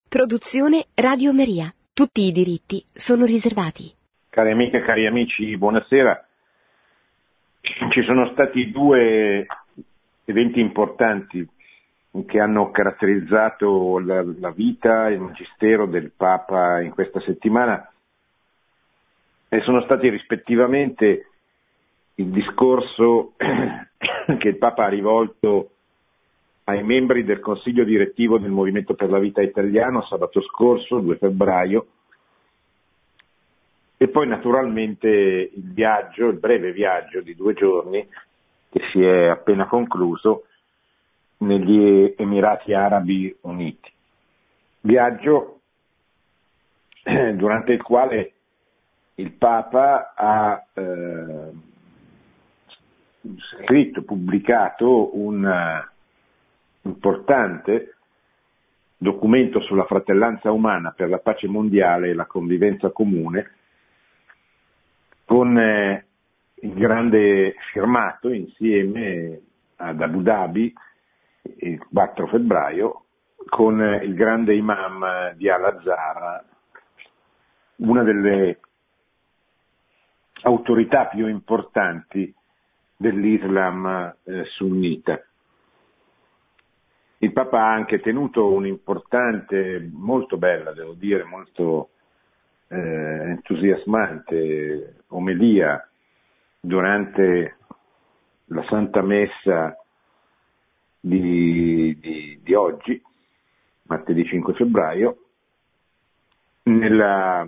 Produzione Radio Maria. Tutti i diritti sono riservati. Cari amiche e cari amici, buonasera. Ci sono stati due eventi importanti che hanno caratterizzato la vita e il magistero del Papa in questa settimana e sono stati rispettivamente il discorso che il Papa ha rivolto ai membri del Consiglio direttivo del Movimento per la Vita Italiano sabato scorso, 2 febbraio, e poi naturalmente il breve viaggio di 2 giorni che si è appena concluso negli Emirati Arabi Uniti. Viaggio durante il quale il Papa ha pubblicato un importante documento sulla fratellanza umana per la pace mondiale e la convivenza comune, con il grande firmato insieme ad Abu Dhabi il 4 febbraio con il grande imam di Al-Azhar, una delle autorità più importanti dell'Islam sunnita. Il Papa ha anche tenuto un'importante, molto bella, devo dire, molto entusiasmante omelia durante la Santa Messa di oggi, martedì 5 febbraio, nella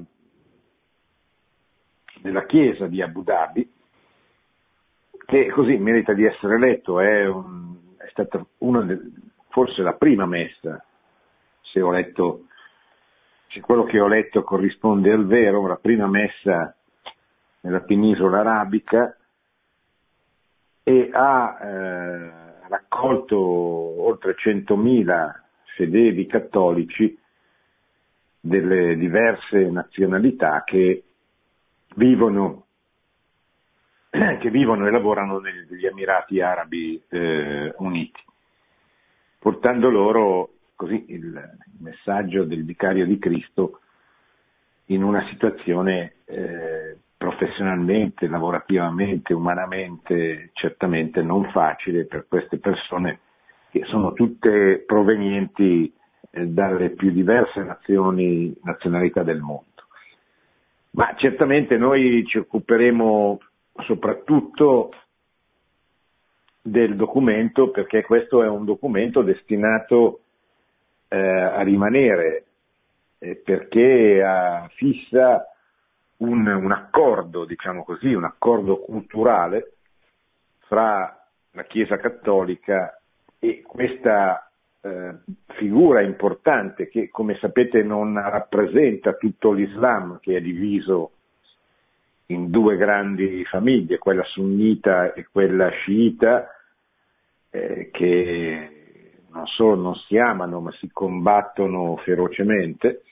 chiesa di Abu Dhabi, che così merita di essere letto. È stata forse la prima messa, se quello che ho letto corrisponde al vero, la prima messa nella penisola arabica, e ha raccolto oltre 100.000 fedeli cattolici delle diverse nazionalità che vivono e lavorano negli Emirati Arabi Uniti, portando loro così il messaggio del vicario di Cristo in una situazione professionalmente, lavorativamente, umanamente certamente non facile per queste persone che sono tutte provenienti dalle più diverse nazionalità del mondo. Ma certamente noi ci occuperemo soprattutto del documento, perché questo è un documento destinato a rimanere, perché fissa un accordo, diciamo così, un accordo culturale fra la Chiesa Cattolica e questa figura importante che, come sapete, non rappresenta tutto l'Islam, che è diviso in 2 grandi famiglie, quella sunnita e quella sciita, che non solo non si amano ma si combattono ferocemente,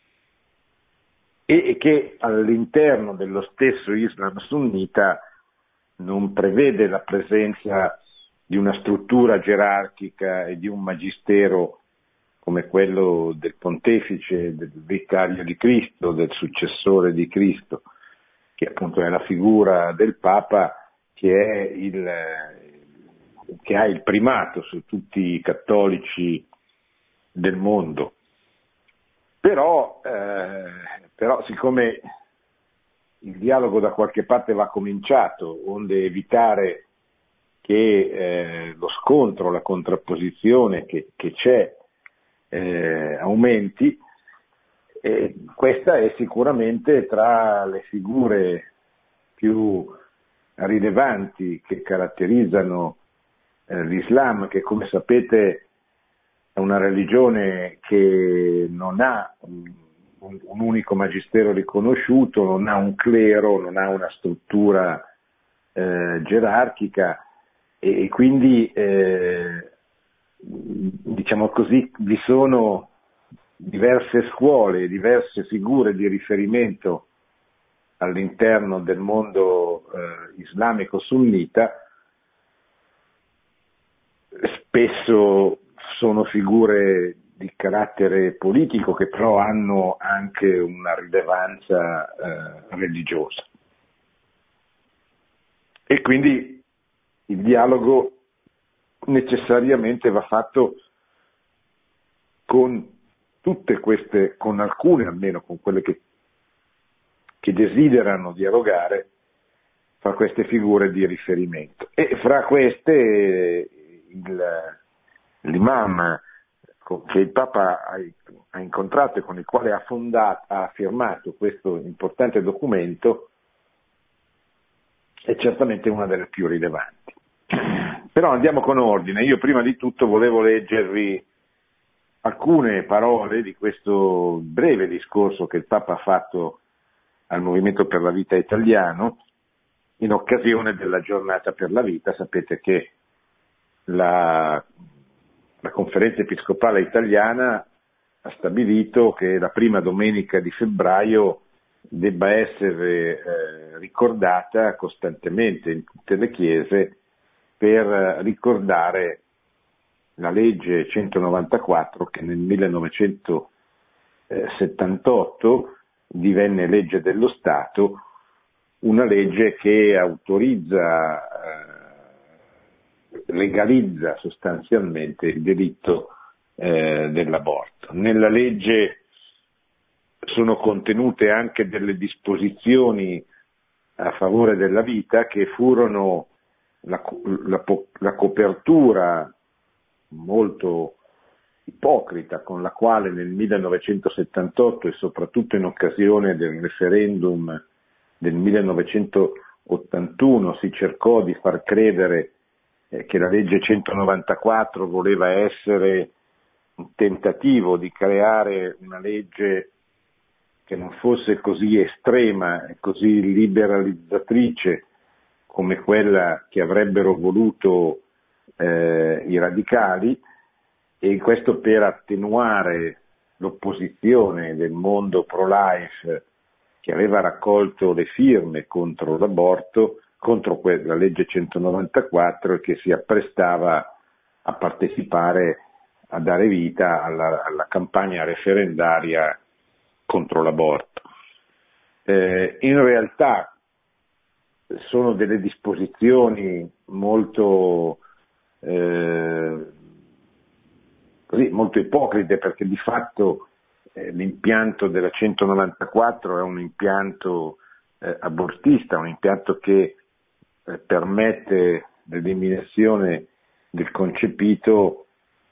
e che all'interno dello stesso Islam sunnita non prevede la presenza di una struttura gerarchica e di un magistero come quello del pontefice, del vicario di Cristo, del successore di Cristo, che appunto è la figura del Papa che ha il primato su tutti i cattolici del mondo. Però siccome il dialogo da qualche parte va cominciato, onde evitare che lo scontro, la contrapposizione che c'è aumenti, questa è sicuramente tra le figure più rilevanti che caratterizzano l'Islam, che come sapete è una religione che non ha un unico magistero riconosciuto, non ha un clero, non ha una struttura gerarchica, e quindi diciamo così vi sono diverse scuole, diverse figure di riferimento all'interno del mondo islamico sunnita. Spesso sono figure di carattere politico che però hanno anche una rilevanza religiosa. E quindi il dialogo necessariamente va fatto con tutte queste, con alcune almeno, con quelle che desiderano dialogare, fra queste figure di riferimento. E fra queste l'imam che il Papa ha incontrato e con il quale ha firmato questo importante documento è certamente una delle più rilevanti. Però andiamo con ordine. Io prima di tutto volevo leggervi alcune parole di questo breve discorso che il Papa ha fatto al Movimento per la Vita Italiano in occasione della Giornata per la Vita. Sapete che la Conferenza Episcopale Italiana ha stabilito che la prima domenica di febbraio debba essere ricordata costantemente in tutte le chiese per ricordare la legge 194 che nel 1978 divenne legge dello Stato, una legge che autorizza, legalizza sostanzialmente il diritto dell'aborto. Nella legge sono contenute anche delle disposizioni a favore della vita che furono la copertura molto ipocrita con la quale nel 1978 e soprattutto in occasione del referendum del 1981 si cercò di far credere che la legge 194 voleva essere un tentativo di creare una legge che non fosse così estrema e così liberalizzatrice come quella che avrebbero voluto i radicali, e questo per attenuare l'opposizione del mondo pro-life che aveva raccolto le firme contro l'aborto, contro la legge 194, e che si apprestava a partecipare, a dare vita alla campagna referendaria contro l'aborto. In realtà sono delle disposizioni molto ipocrite, perché di fatto l'impianto della 194 è un impianto abortista, un impianto che permette l'eliminazione del concepito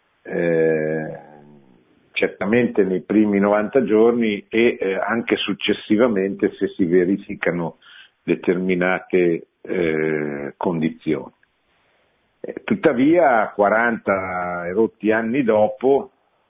certamente nei primi 90 giorni e anche successivamente se si verificano determinate condizioni. Tuttavia, 40 e rotti anni dopo,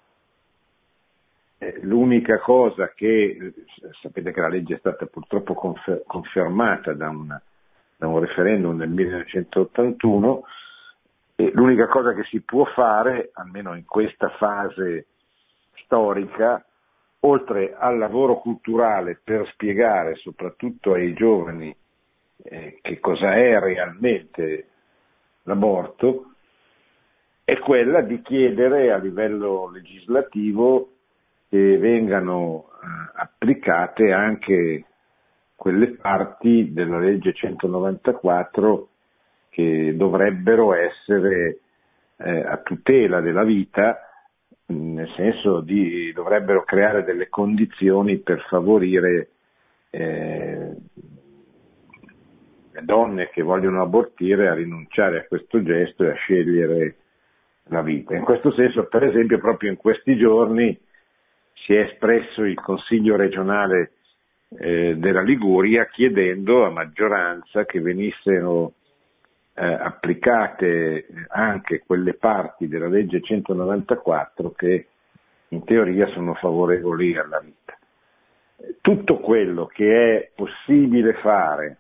l'unica cosa che, sapete che la legge è stata purtroppo confermata da un referendum nel 1981, e l'unica cosa che si può fare, almeno in questa fase storica, oltre al lavoro culturale per spiegare soprattutto ai giovani che cosa è realmente l'aborto, è quella di chiedere a livello legislativo che vengano applicate anche quelle parti della legge 194 che dovrebbero essere a tutela della vita, nel senso dovrebbero creare delle condizioni per favorire le donne che vogliono abortire a rinunciare a questo gesto e a scegliere la vita. In questo senso, per esempio, proprio in questi giorni si è espresso il Consiglio regionale della Liguria chiedendo a maggioranza che venissero applicate anche quelle parti della legge 194 che in teoria sono favorevoli alla vita. Tutto quello che è possibile fare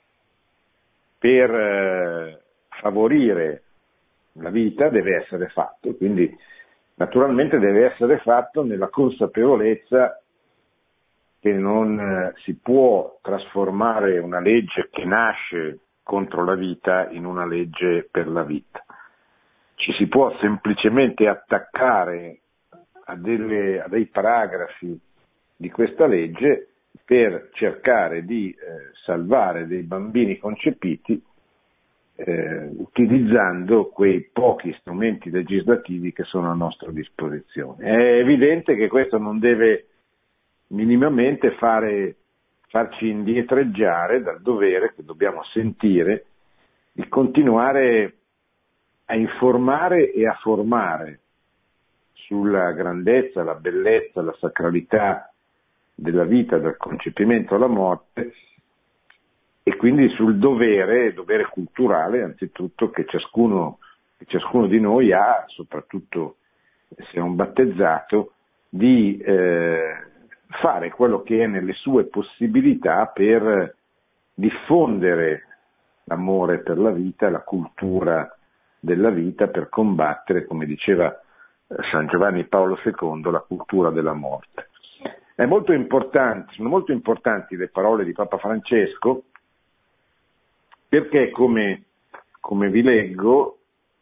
per favorire la vita deve essere fatto, quindi naturalmente deve essere fatto nella consapevolezza che non si può trasformare una legge che nasce contro la vita in una legge per la vita. Ci si può semplicemente attaccare a dei paragrafi di questa legge per cercare di salvare dei bambini concepiti utilizzando quei pochi strumenti legislativi che sono a nostra disposizione. È evidente che questo non deve minimamente farci indietreggiare dal dovere che dobbiamo sentire di continuare a informare e a formare sulla grandezza, la bellezza, la sacralità della vita, dal concepimento alla morte, e quindi sul dovere culturale anzitutto che ciascuno di noi ha, soprattutto se è un battezzato, di fare quello che è nelle sue possibilità per diffondere l'amore per la vita, la cultura della vita, per combattere, come diceva San Giovanni Paolo II, la cultura della morte. Sono molto importanti le parole di Papa Francesco, perché come vi leggo,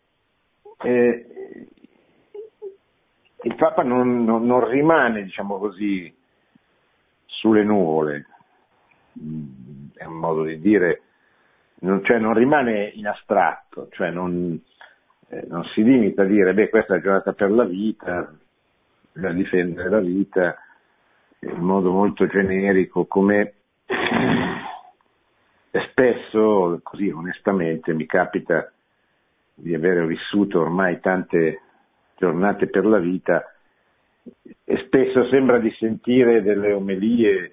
il Papa non rimane, diciamo così, sulle nuvole, è un modo di dire, non rimane in astratto, cioè non si limita a dire questa è la giornata per la vita, per difendere la vita, in modo molto generico, come spesso, così onestamente, mi capita di aver vissuto ormai tante giornate per la vita e spesso sembra di sentire delle omelie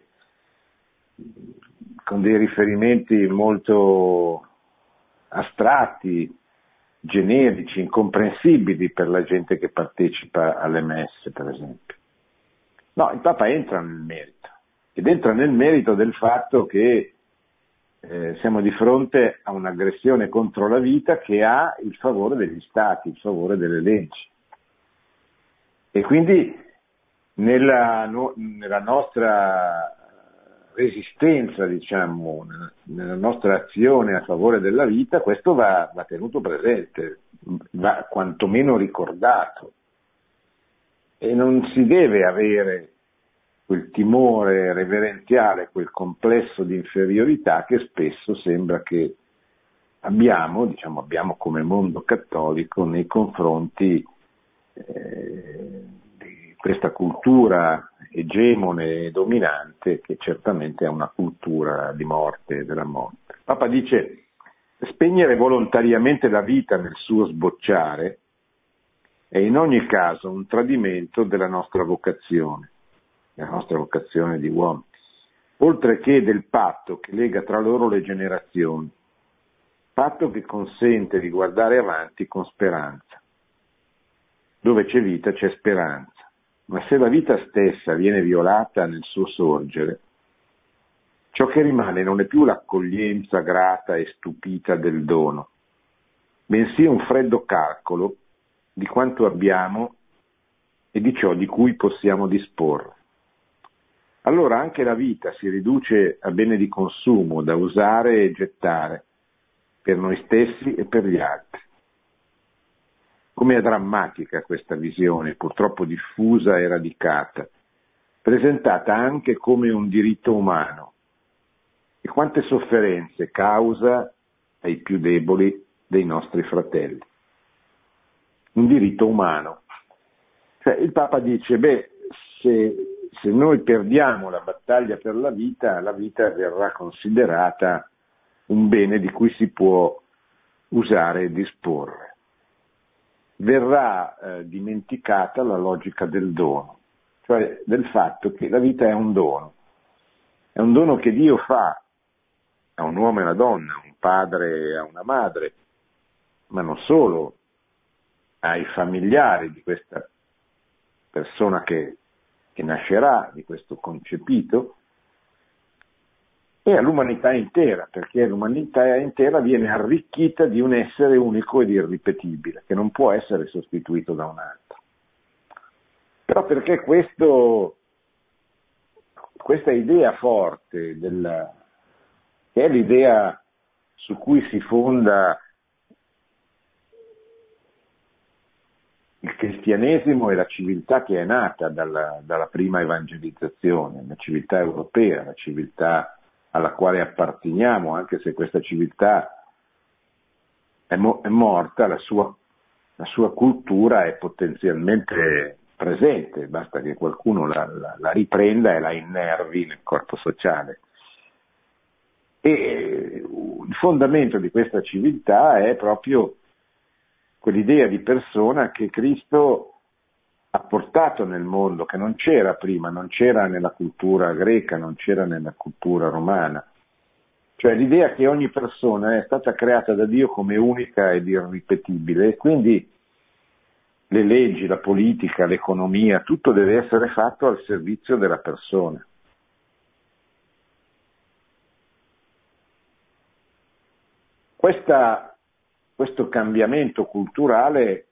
con dei riferimenti molto astratti, generici, incomprensibili per la gente che partecipa alle messe, per esempio. No, il Papa entra nel merito, ed entra nel merito del fatto che siamo di fronte a un'aggressione contro la vita che ha il favore degli stati, il favore delle leggi. E quindi nella nostra resistenza, diciamo, nella nostra azione a favore della vita, questo va tenuto presente, va quantomeno ricordato. E non si deve avere quel timore reverenziale, quel complesso di inferiorità che spesso sembra che abbiamo come mondo cattolico nei confronti di questa cultura egemone e dominante, che certamente è una cultura di morte e della morte. Il Papa dice: spegnere volontariamente la vita nel suo sbocciare è in ogni caso un tradimento della nostra vocazione di uomini, oltre che del patto che lega tra loro le generazioni, patto che consente di guardare avanti con speranza. Dove c'è vita c'è speranza, ma se la vita stessa viene violata nel suo sorgere, ciò che rimane non è più l'accoglienza grata e stupita del dono, bensì un freddo calcolo di quanto abbiamo e di ciò di cui possiamo disporre. Allora anche la vita si riduce a bene di consumo da usare e gettare per noi stessi e per gli altri. Come è drammatica questa visione, purtroppo diffusa e radicata, presentata anche come un diritto umano, e quante sofferenze causa ai più deboli dei nostri fratelli. Un diritto umano. Cioè, il Papa dice, se noi perdiamo la battaglia per la vita verrà considerata un bene di cui si può usare e disporre. Verrà dimenticata la logica del dono, cioè del fatto che la vita è un dono che Dio fa a un uomo e una donna, a un padre e a una madre, ma non solo ai familiari di questa persona che nascerà, di questo concepito, e all'umanità intera, perché l'umanità intera viene arricchita di un essere unico ed irripetibile, che non può essere sostituito da un altro. Però perché questa idea forte, che è l'idea su cui si fonda il cristianesimo è la civiltà che è nata dalla prima evangelizzazione, la civiltà europea, la civiltà alla quale apparteniamo, anche se questa civiltà è morta, la sua cultura è potenzialmente presente, basta che qualcuno la riprenda e la innervi nel corpo sociale. E il fondamento di questa civiltà è proprio quell'idea di persona che Cristo ha portato nel mondo, che non c'era prima, non c'era nella cultura greca, non c'era nella cultura romana. Cioè l'idea che ogni persona è stata creata da Dio come unica ed irripetibile e quindi le leggi, la politica, l'economia, tutto deve essere fatto al servizio della persona. Questo cambiamento culturale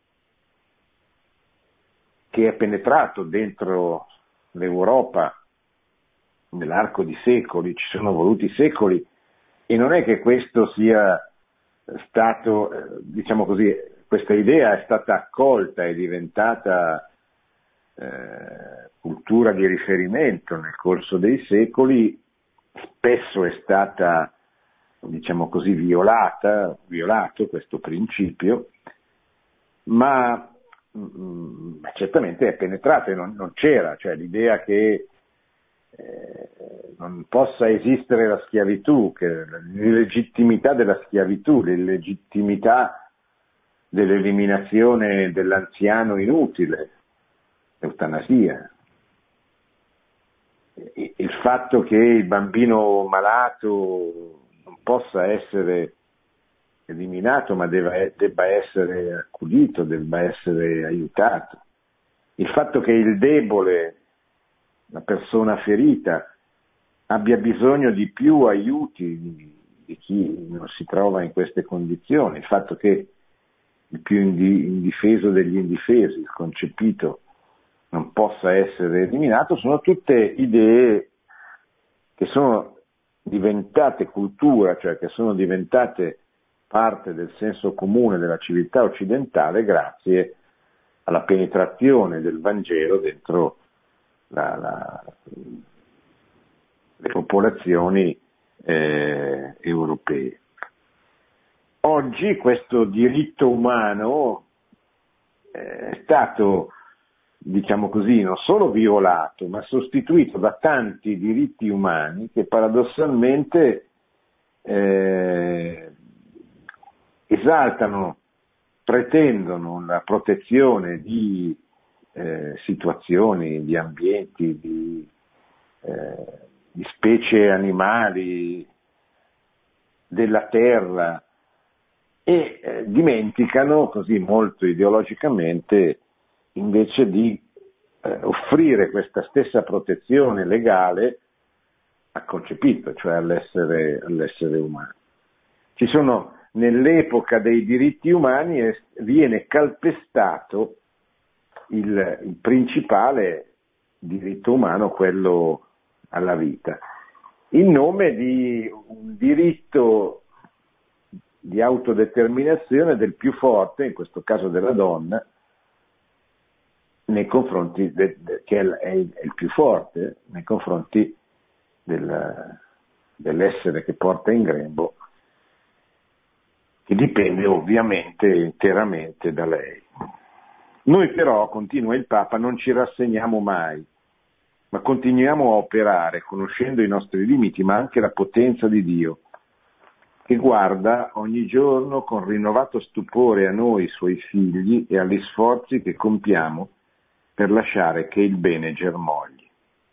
che è penetrato dentro l'Europa nell'arco di secoli, ci sono voluti secoli, e non è che questo sia stato, diciamo così, questa idea è stata accolta e diventata cultura di riferimento nel corso dei secoli, spesso è stata, diciamo così, violato questo principio, ma certamente è penetrato e non c'era, cioè l'idea che non possa esistere la schiavitù, che l'illegittimità della schiavitù, l'illegittimità dell'eliminazione dell'anziano inutile, l'eutanasia, il fatto che il bambino malato non possa essere eliminato ma debba essere accudito, debba essere aiutato, il fatto che il debole, la persona ferita, abbia bisogno di più aiuti di chi non si trova in queste condizioni, il fatto che il più indifeso degli indifesi, il concepito, non possa essere eliminato, sono tutte idee che sono diventate cultura, cioè che sono diventate parte del senso comune della civiltà occidentale grazie alla penetrazione del Vangelo dentro le popolazioni europee. Oggi questo diritto umano è stato, diciamo così, non solo violato, ma sostituito da tanti diritti umani che paradossalmente esaltano, pretendono la protezione di situazioni, di ambienti, di specie animali, della terra, e dimenticano così molto ideologicamente invece di offrire questa stessa protezione legale al concepito, cioè all'essere umano. Ci sono, nell'epoca dei diritti umani viene calpestato il principale diritto umano, quello alla vita, in nome di un diritto di autodeterminazione del più forte, in questo caso della donna, nei confronti che è il più forte, nei confronti dell'essere che porta in grembo, che dipende ovviamente interamente da lei. Noi però, continua il Papa, non ci rassegniamo mai, ma continuiamo a operare conoscendo i nostri limiti, ma anche la potenza di Dio, che guarda ogni giorno con rinnovato stupore a noi, suoi figli, e agli sforzi che compiamo per lasciare che il bene germogli.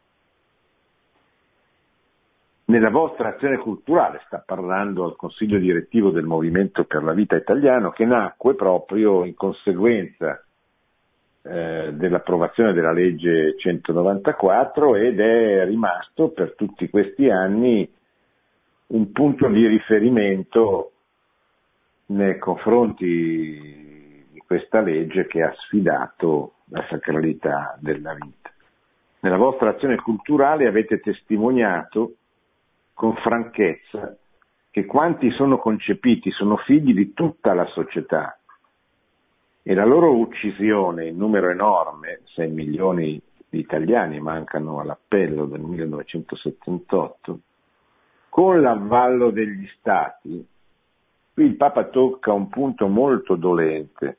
Nella vostra azione culturale, sta parlando al Consiglio direttivo del Movimento per la Vita Italiano, che nacque proprio in conseguenza dell'approvazione della legge 194 ed è rimasto per tutti questi anni un punto di riferimento nei confronti di questa legge che ha sfidato la sacralità della vita. Nella vostra azione culturale avete testimoniato con franchezza che quanti sono concepiti sono figli di tutta la società e la loro uccisione in numero enorme, 6 milioni di italiani mancano all'appello del 1978, con l'avallo degli stati, qui il Papa tocca un punto molto dolente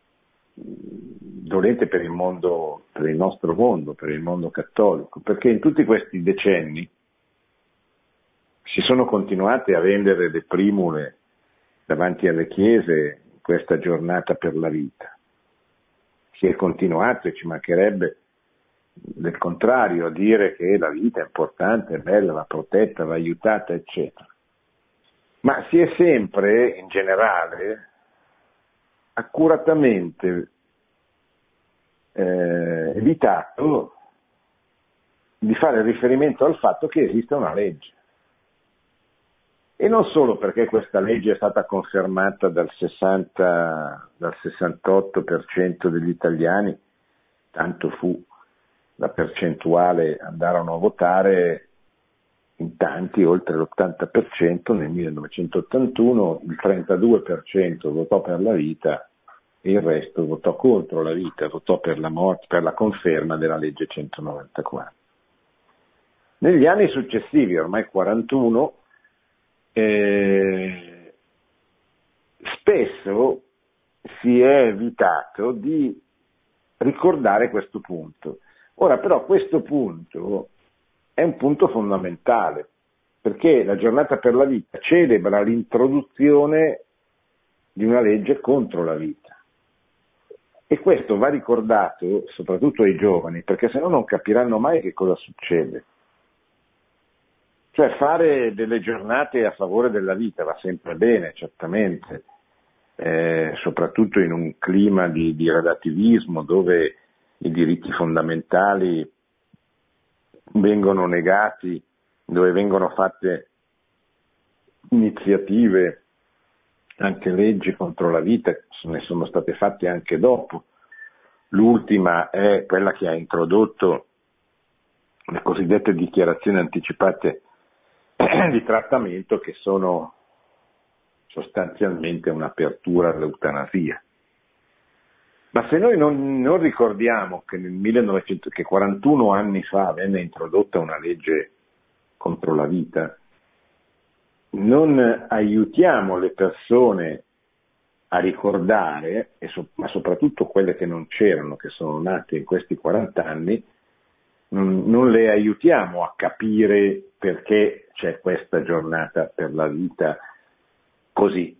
per il mondo, per il nostro mondo, per il mondo cattolico, perché in tutti questi decenni si sono continuate a vendere le primule davanti alle chiese in questa giornata per la vita. Si è continuato, e ci mancherebbe, del contrario, a dire che la vita è importante, è bella, va protetta, va aiutata, eccetera. Ma si è sempre, in generale, accuratamente evitato di fare riferimento al fatto che esiste una legge. E non solo perché questa legge è stata confermata dal 68% degli italiani, tanto fu la percentuale, andarono a votare in tanti, oltre l'80% nel 1981, il 32% votò per la vita e il resto votò contro la vita, votò per la morte, per la conferma della legge 194. Negli anni successivi, ormai 41, spesso si è evitato di ricordare questo punto. Ora però questo punto è un punto fondamentale, perché la giornata per la vita celebra l'introduzione di una legge contro la vita. E questo va ricordato soprattutto ai giovani, perché se no non capiranno mai che cosa succede. Cioè fare delle giornate a favore della vita va sempre bene, certamente, soprattutto in un clima di relativismo dove i diritti fondamentali vengono negati, dove vengono fatte iniziative, anche leggi contro la vita, ne sono state fatte anche dopo. L'ultima è quella che ha introdotto le cosiddette dichiarazioni anticipate di trattamento, che sono sostanzialmente un'apertura all'eutanasia. Ma se noi non ricordiamo che che 41 anni fa venne introdotta una legge contro la vita, non aiutiamo le persone a ricordare, ma soprattutto quelle che non c'erano, che sono nate in questi 40 anni, non le aiutiamo a capire perché c'è questa giornata per la vita così,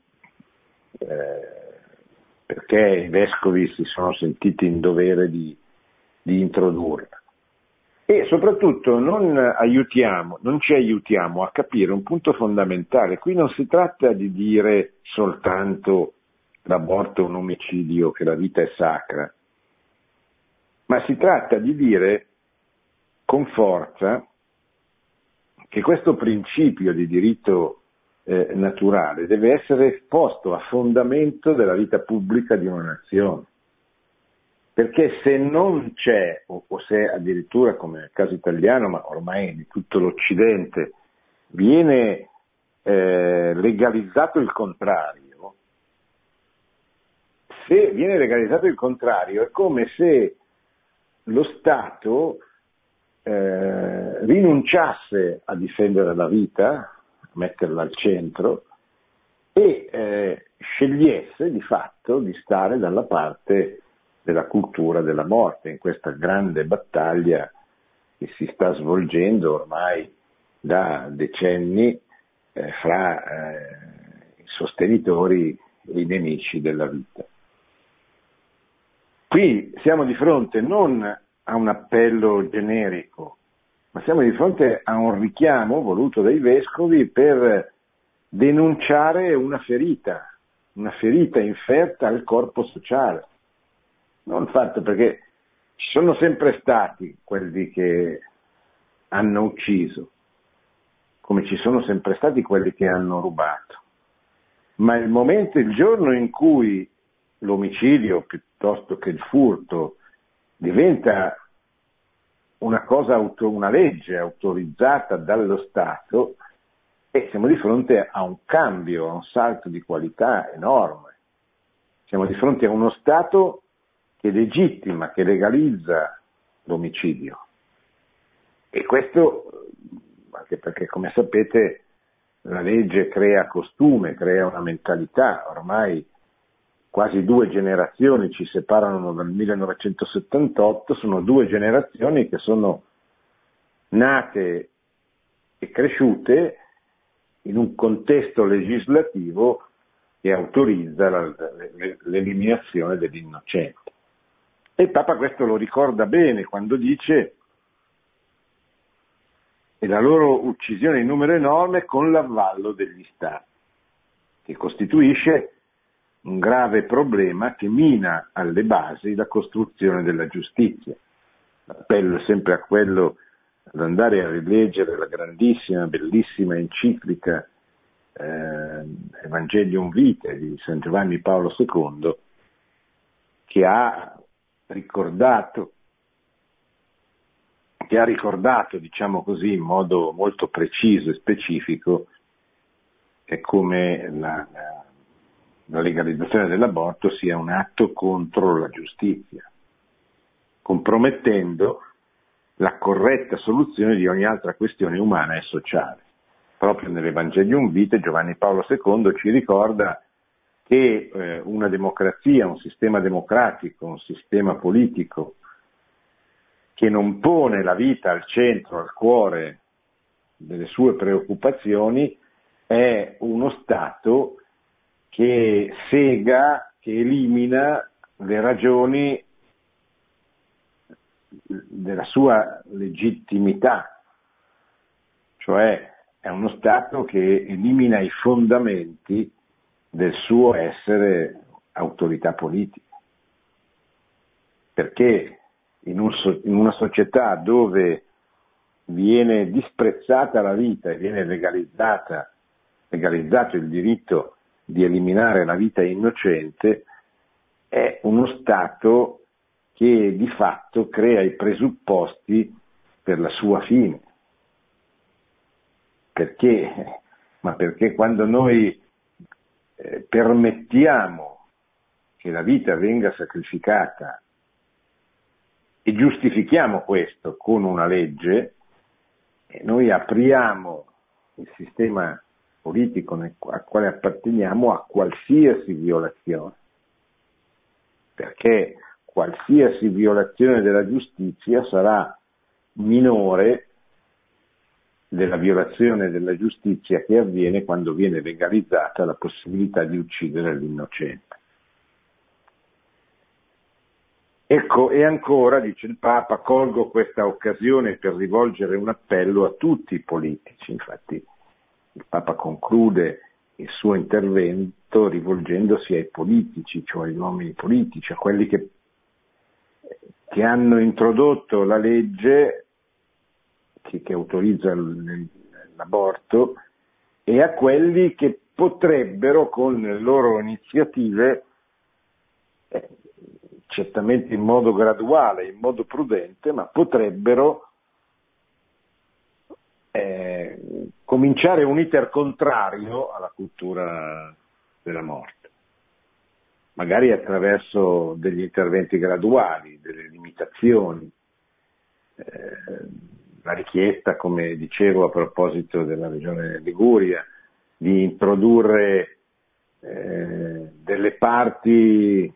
perché i vescovi si sono sentiti in dovere di introdurla. E soprattutto non ci aiutiamo a capire un punto fondamentale. Qui non si tratta di dire soltanto l'aborto è un omicidio, che la vita è sacra, ma si tratta di dire con forza che questo principio di diritto naturale deve essere posto a fondamento della vita pubblica di una nazione. Perché se non c'è, o se addirittura come nel caso italiano, ma ormai di tutto l'Occidente, viene legalizzato il contrario, se viene legalizzato il contrario è come se lo Stato rinunciasse a difendere la vita, a metterla al centro, e scegliesse di fatto di stare dalla parte della cultura della morte in questa grande battaglia che si sta svolgendo ormai da decenni fra i sostenitori e i nemici della vita. Qui siamo di fronte non a un appello generico, ma siamo di fronte a un richiamo voluto dai vescovi per denunciare una ferita inferta al corpo sociale. Non fatto perché ci sono sempre stati quelli che hanno ucciso, come ci sono sempre stati quelli che hanno rubato, ma il giorno in cui l'omicidio piuttosto che il furto diventa una legge autorizzata dallo Stato, e siamo di fronte a un cambio, a un salto di qualità enorme. Siamo di fronte a uno Stato che legittima, che legalizza l'omicidio. E questo anche perché, come sapete, la legge crea costume, crea una mentalità. Ormai quasi 2 generazioni ci separano dal 1978, sono 2 generazioni che sono nate e cresciute in un contesto legislativo che autorizza l'eliminazione dell'innocente. E il Papa questo lo ricorda bene quando dice: e la loro uccisione in numero enorme con l'avallo degli Stati, che costituisce un grave problema che mina alle basi la costruzione della giustizia. L'appello è sempre a quello ad andare a rileggere la grandissima, bellissima enciclica Evangelium Vitae di San Giovanni Paolo II, che ha ricordato, diciamo così, in modo molto preciso e specifico, è come la legalizzazione dell'aborto sia un atto contro la giustizia, compromettendo la corretta soluzione di ogni altra questione umana e sociale. Proprio nell'Evangelium Vitae Giovanni Paolo II ci ricorda che una democrazia, un sistema democratico, un sistema politico che non pone la vita al centro, al cuore delle sue preoccupazioni, è uno Stato che sega, che elimina le ragioni della sua legittimità, cioè è uno Stato che elimina i fondamenti del suo essere autorità politica, perché in una società dove viene disprezzata la vita e viene legalizzato il diritto di eliminare la vita innocente, è uno Stato che di fatto crea i presupposti per la sua fine. Perché? Ma perché quando noi permettiamo che la vita venga sacrificata e giustifichiamo questo con una legge, noi apriamo il sistema politico al quale apparteniamo a qualsiasi violazione, perché qualsiasi violazione della giustizia sarà minore della violazione della giustizia che avviene quando viene legalizzata la possibilità di uccidere l'innocente. Ecco, e ancora, dice il Papa, colgo questa occasione per rivolgere un appello a tutti i politici. Infatti il Papa conclude il suo intervento rivolgendosi ai politici, cioè agli uomini politici, a quelli che hanno introdotto la legge che autorizza l'aborto, e a quelli che potrebbero con le loro iniziative, certamente in modo graduale, in modo prudente, ma potrebbero cominciare un iter contrario alla cultura della morte, magari attraverso degli interventi graduali, delle limitazioni. La richiesta, come dicevo a proposito della regione Liguria, di introdurre delle parti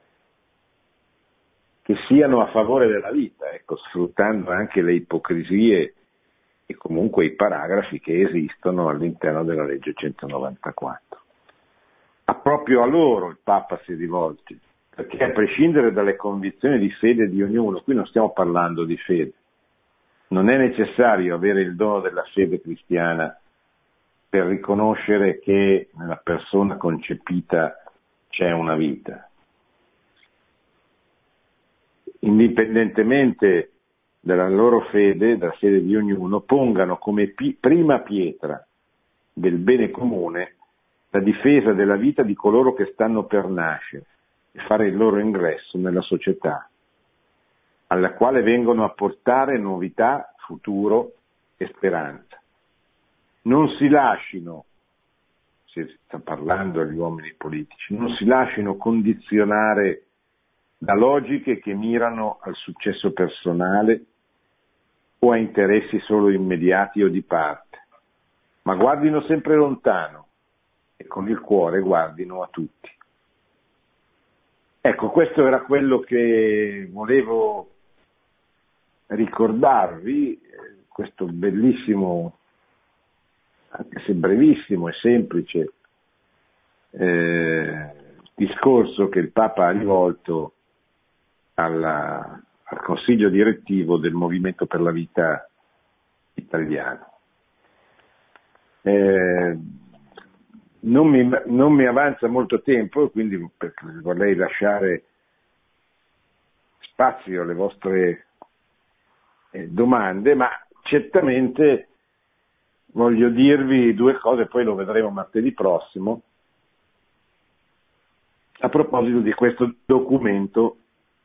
che siano a favore della vita, ecco, sfruttando anche le ipocrisie e comunque i paragrafi che esistono all'interno della legge 194. Proprio a loro il Papa si rivolge, perché a prescindere dalle convinzioni di fede di ognuno, qui non stiamo parlando di fede, non è necessario avere il dono della fede cristiana per riconoscere che nella persona concepita c'è una vita. Indipendentemente dalla loro fede, dalla fede di ognuno, pongano come prima pietra del bene comune la difesa della vita di coloro che stanno per nascere e fare il loro ingresso nella società, alla quale vengono a portare novità, futuro e speranza. Non si lascino si sta parlando agli uomini politici, non si lasciano condizionare da logiche che mirano al successo personale o a interessi solo immediati o di parte, ma guardino sempre lontano e con il cuore guardino a tutti. Ecco, questo era quello che volevo ricordarvi, questo bellissimo, anche se brevissimo e semplice, discorso che il Papa ha rivolto al Consiglio direttivo del Movimento per la Vita italiano. Non mi avanza molto tempo, quindi vorrei lasciare spazio alle vostre domande, ma certamente voglio dirvi due cose, poi lo vedremo martedì prossimo, a proposito di questo documento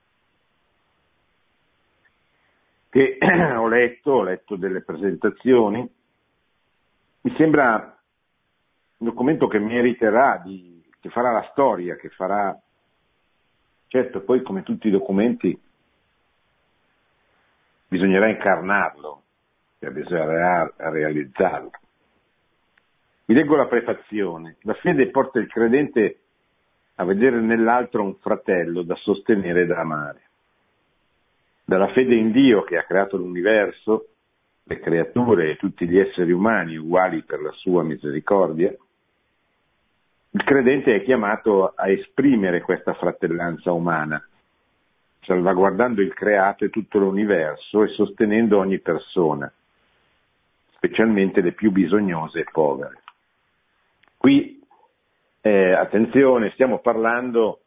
che ho letto delle presentazioni. Mi sembra un documento che meriterà, che farà la storia, che farà, certo poi come tutti i documenti bisognerà incarnarlo, cioè bisognerà realizzarlo. Vi leggo la prefazione. La fede porta il credente a vedere nell'altro un fratello da sostenere e da amare. Dalla fede in Dio che ha creato l'universo, le creature e tutti gli esseri umani uguali per la sua misericordia, il credente è chiamato a esprimere questa fratellanza umana, salvaguardando il creato e tutto l'universo e sostenendo ogni persona, specialmente le più bisognose e povere. Qui, attenzione, stanno parlando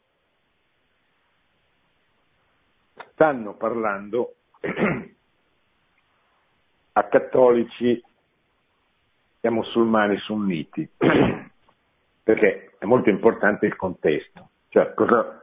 a cattolici e a musulmani sunniti, perché è molto importante il contesto, cioè cosa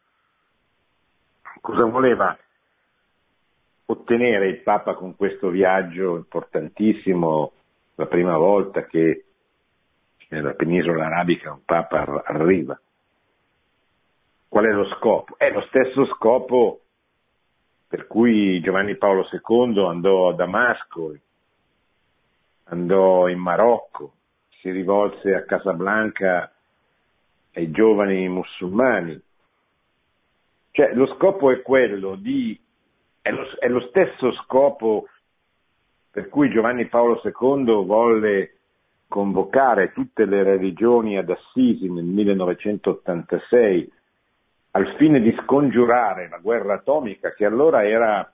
voleva ottenere il Papa con questo viaggio importantissimo, la prima volta che nella penisola arabica un Papa arriva. Qual è lo scopo? È lo stesso scopo per cui Giovanni Paolo II andò a Damasco, andò in Marocco, si rivolse a Casablanca ai giovani musulmani. Cioè lo scopo è quello è lo stesso scopo per cui Giovanni Paolo II volle convocare tutte le religioni ad Assisi nel 1986 al fine di scongiurare la guerra atomica, che allora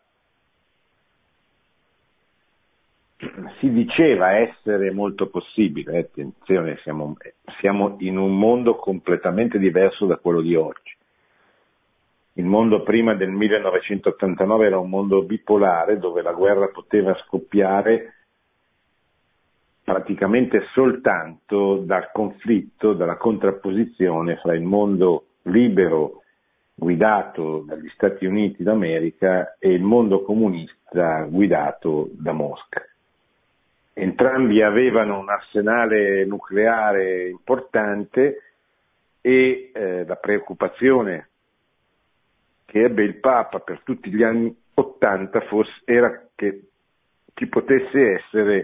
si diceva essere molto possibile. Attenzione, siamo in un mondo completamente diverso da quello di oggi. Il mondo prima del 1989 era un mondo bipolare dove la guerra poteva scoppiare praticamente soltanto dal conflitto, dalla contrapposizione fra il mondo libero guidato dagli Stati Uniti d'America e il mondo comunista guidato da Mosca. Entrambi avevano un arsenale nucleare importante e la preoccupazione che ebbe il Papa per tutti gli anni '80 era che ci potesse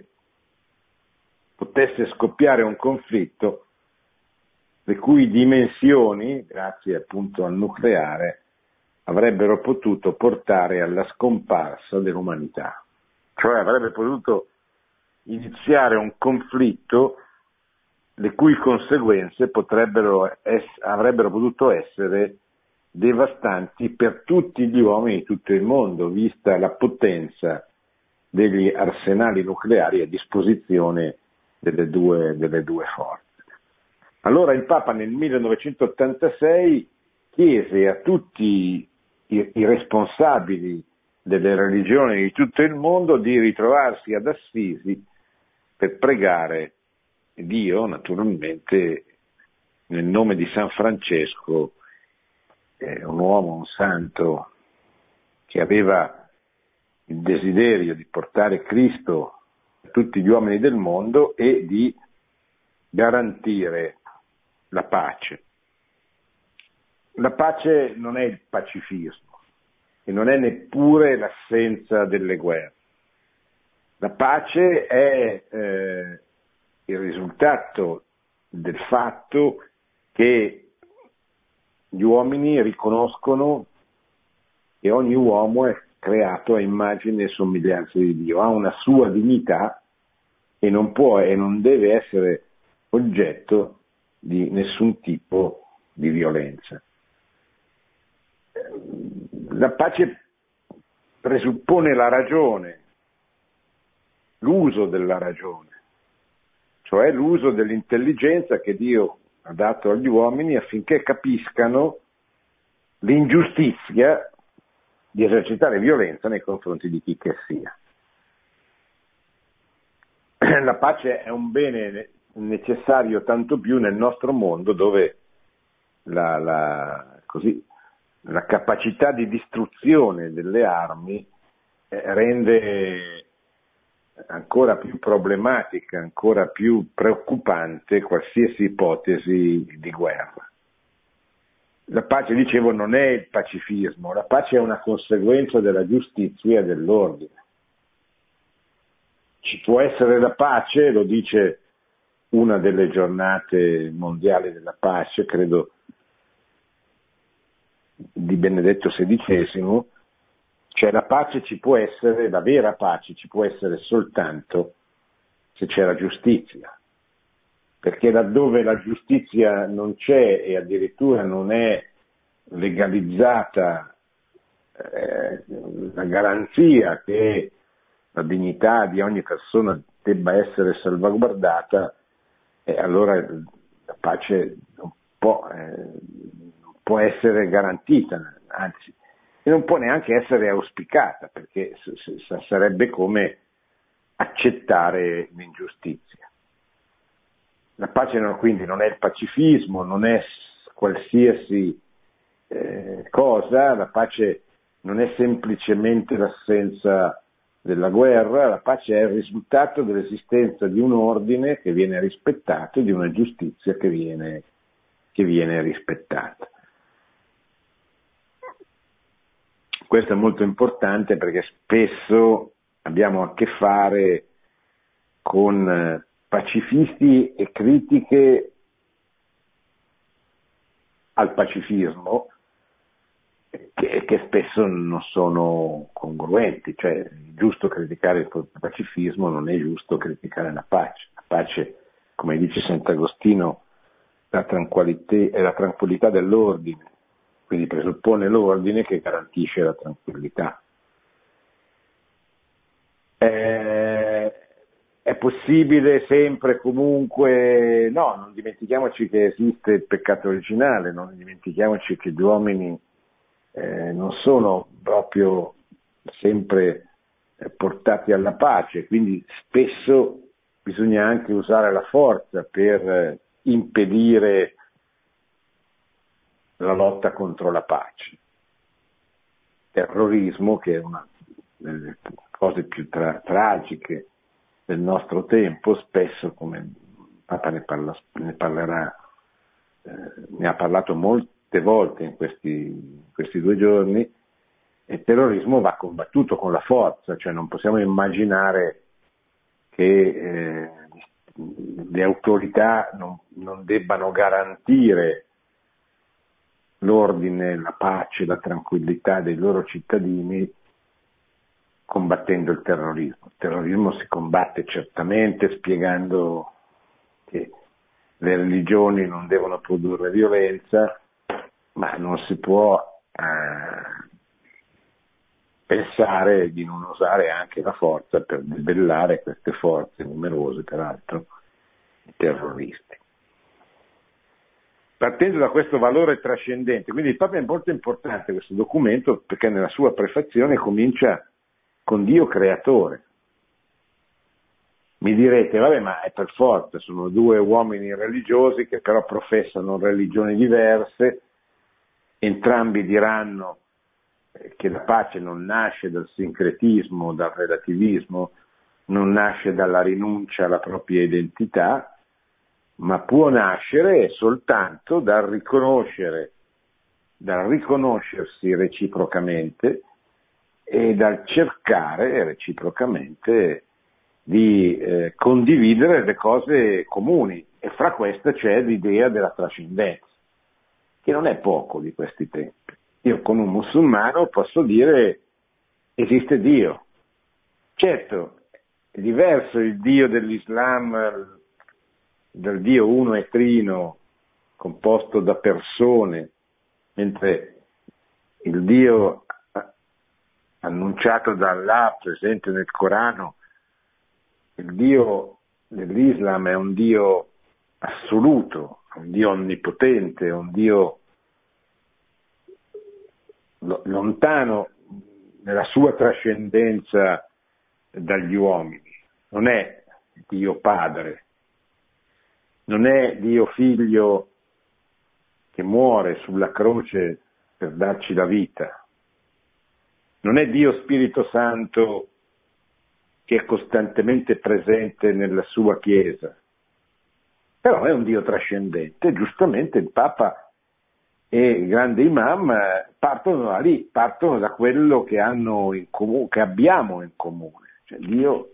scoppiare un conflitto le cui dimensioni, grazie appunto al nucleare, avrebbero potuto portare alla scomparsa dell'umanità. Cioè avrebbe potuto iniziare un conflitto le cui conseguenze avrebbero potuto essere devastanti per tutti gli uomini di tutto il mondo, vista la potenza degli arsenali nucleari a disposizione delle due forze. Allora il Papa nel 1986 chiese a tutti i responsabili delle religioni di tutto il mondo di ritrovarsi ad Assisi per pregare Dio, naturalmente, nel nome di San Francesco, un uomo, un santo, che aveva il desiderio di portare Cristo a tutti gli uomini del mondo e di garantire la pace. La pace non è il pacifismo e non è neppure l'assenza delle guerre. La pace è il risultato del fatto che gli uomini riconoscono che ogni uomo è creato a immagine e somiglianza di Dio, ha una sua dignità e non può e non deve essere oggetto di nessun tipo di violenza. La pace presuppone la ragione, l'uso della ragione, cioè l'uso dell'intelligenza che Dio ha dato agli uomini affinché capiscano l'ingiustizia di esercitare violenza nei confronti di chi che sia. La pace è un bene necessario tanto più nel nostro mondo dove la capacità di distruzione delle armi rende ancora più problematica, ancora più preoccupante qualsiasi ipotesi di guerra. La pace, dicevo, non è il pacifismo, la pace è una conseguenza della giustizia e dell'ordine. Ci può essere la pace, lo dice una delle giornate mondiali della pace, credo di Benedetto XVI, cioè la pace ci può essere, la vera pace ci può essere soltanto se c'è la giustizia, perché laddove la giustizia non c'è e addirittura non è legalizzata la garanzia che la dignità di ogni persona debba essere salvaguardata, allora la pace non può essere garantita, anzi, e non può neanche essere auspicata, perché sarebbe come accettare l'ingiustizia. La pace quindi non è il pacifismo, non è qualsiasi cosa, la pace non è semplicemente l'assenza della guerra, la pace è il risultato dell'esistenza di un ordine che viene rispettato e di una giustizia che viene rispettata. Questo è molto importante perché spesso abbiamo a che fare con pacifisti e critiche al pacifismo che spesso non sono congruenti, cioè è giusto criticare il pacifismo, non è giusto criticare la pace. La pace, come dice Sant'Agostino, è la tranquillità dell'ordine, quindi presuppone l'ordine che garantisce la tranquillità. È possibile sempre, comunque, no, non dimentichiamoci che esiste il peccato originale, non dimentichiamoci che gli uomini non sono proprio sempre portati alla pace, quindi spesso bisogna anche usare la forza per impedire la lotta contro la pace. Terrorismo, che è una delle cose più tragiche del nostro tempo, spesso, come il Papa ne ha parlato molte volte in questi 2 giorni, il terrorismo va combattuto con la forza, cioè non possiamo immaginare che le autorità non debbano garantire l'ordine, la pace, la tranquillità dei loro cittadini combattendo il terrorismo. Il terrorismo si combatte certamente spiegando che le religioni non devono produrre violenza, ma non si può pensare di non usare anche la forza per debellare queste forze numerose, peraltro, i terroristi. Partendo da questo valore trascendente, quindi il Papa è molto importante questo documento perché nella sua prefazione comincia con Dio creatore. Mi direte, vabbè, ma è per forza, sono 2 uomini religiosi che però professano religioni diverse, entrambi diranno che la pace non nasce dal sincretismo, dal relativismo, non nasce dalla rinuncia alla propria identità, ma può nascere soltanto dal riconoscersi reciprocamente e dal cercare reciprocamente di condividere le cose comuni, e fra queste c'è l'idea della trascendenza, che non è poco di questi tempi. Io con un musulmano posso dire esiste Dio. Certo, è diverso il Dio dell'Islam dal Dio uno e trino composto da persone, mentre il Dio annunciato da Allah, presente nel Corano, il Dio dell'Islam è un Dio assoluto, un Dio onnipotente, un Dio lontano nella sua trascendenza dagli uomini. Non è Dio Padre, non è Dio Figlio che muore sulla croce per darci la vita, non è Dio Spirito Santo che è costantemente presente nella sua Chiesa, però è un Dio trascendente. Giustamente il Papa e il grande Imam partono da lì, partono da quello che hanno in comune, che abbiamo in comune, cioè Dio